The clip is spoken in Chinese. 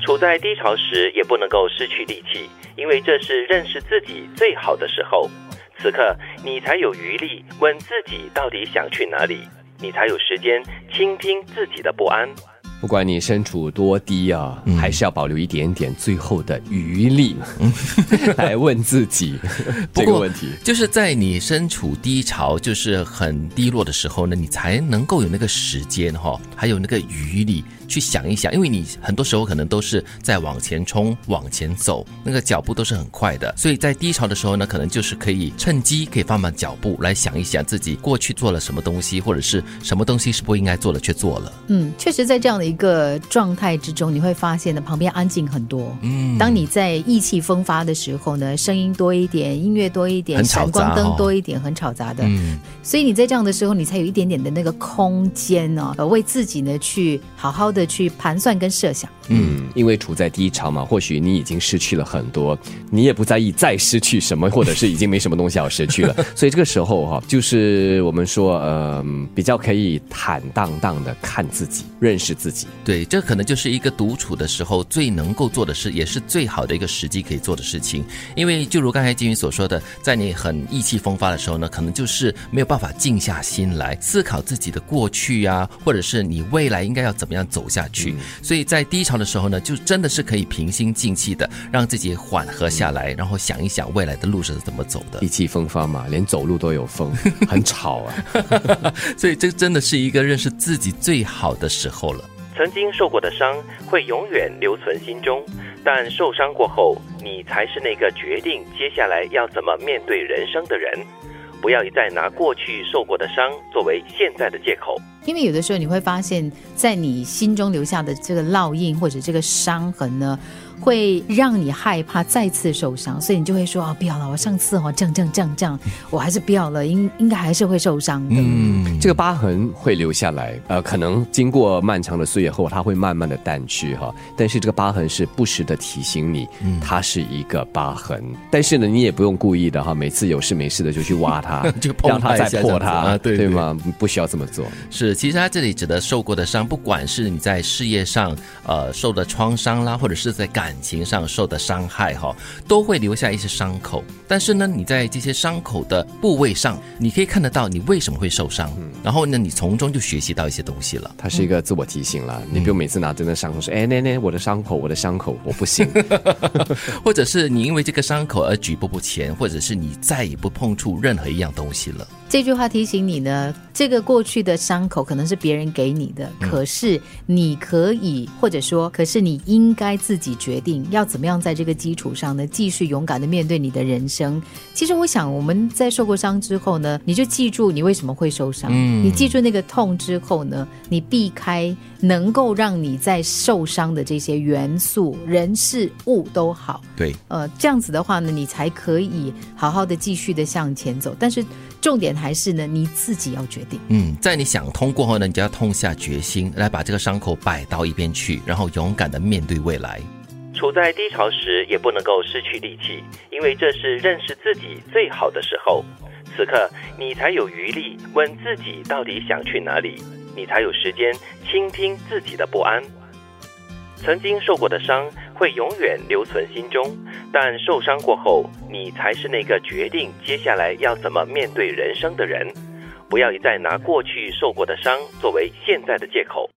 处在低潮时也不能够失去力气，因为这是认识自己最好的时候。此刻你才有余力问自己到底想去哪里，你才有时间倾听自己的不安。 不管你身处多低啊，还是要保留一点点最后的余力来问自己这个问题。 就是在你身处低潮，就是很低落的时候呢，你才能够有那个时间还有那个余力去想一想，因为你很多时候可能都是在往前冲往前走，那个脚步都是很快的，所以在低潮的时候呢，可能就是可以趁机可以放慢脚步来想一想自己过去做了什么东西，或者是什么东西是不应该做的却做了。 确实在这样的一个状态之中，你会发现呢，旁边安静很多。当你在意气风发的时候呢，声音多一点，音乐多一点，闪光灯多一点，很吵杂的。所以你在这样的时候，你才有一点点的那个空间为自己呢去好好的去盘算跟设想。 因为处在低潮嘛，或许你已经失去了很多，你也不在意再失去什么，或者是已经没什么东西要失去了。所以这个时候就是我们说比较可以坦荡荡的看自己，认识自己。 对，这可能就是一个独处的时候最能够做的事，也是最好的一个时机可以做的事情。因为就如刚才金云所说的，在你很意气风发的时候呢，可能就是没有办法静下心来思考自己的过去啊，或者是你未来应该要怎么样走下去。所以在低潮的时候呢，就真的是可以平心静气的让自己缓和下来，然后想一想未来的路是怎么走的。 意气风发嘛，连走路都有风，很吵啊。 所以这真的是一个认识自己最好的时候了。 曾经受过的伤会永远留存心中，但受伤过后，你才是那个决定接下来要怎么面对人生的人。不要一再拿过去受过的伤作为现在的借口。 因为有的时候你会发现，在你心中留下的这个烙印或者这个伤痕呢，会让你害怕再次受伤，所以你就会说不要了，我上次这样，我还是不要了，应该还是会受伤的。 这个疤痕会留下来，可能经过漫长的岁月后，它会慢慢的淡去但是这个疤痕是不时的提醒你，它是一个疤痕。但是呢，你也不用故意的每次有事没事的就去挖它， 就碰让它再破它， 对吗？不需要这么做。 是，其实它这里指的受过的伤，不管是你在事业上受的创伤啦，或者是在感情上受的伤害都会留下一些伤口。但是呢，你在这些伤口的部位上，你可以看得到你为什么会受伤，然后呢，你从中就学习到一些东西了。 它是一个自我提醒了，你不用每次拿着那伤口说我的伤口我不行。 或者是你因为这个伤口而举步不前，或者是你再也不碰触任何一样东西了。 这句话提醒你呢，这个过去的伤口可能是别人给你的，可是你可以，或者说可是你应该自己决定要怎么样在这个基础上呢继续勇敢的面对你的人生。其实我想我们在受过伤之后呢，你就记住你为什么会受伤，你记住那个痛之后呢，你避开能够让你在受伤的这些元素人事物都好， 对， 这样子的话呢，你才可以好好的继续的向前走。但是重点还是呢，你自己要决定。 在你想通过后呢，你就要痛下决心来把这个伤口摆到一边去，然后勇敢的面对未来。 处在低潮时也不能够失去力气，因为这是认识自己最好的时候。此刻你才有余力问自己到底想去哪里，你才有时间倾听自己的不安。曾经受过的伤会永远留存心中，但受伤过后，你才是那个决定接下来要怎么面对人生的人。不要一再拿过去受过的伤作为现在的借口。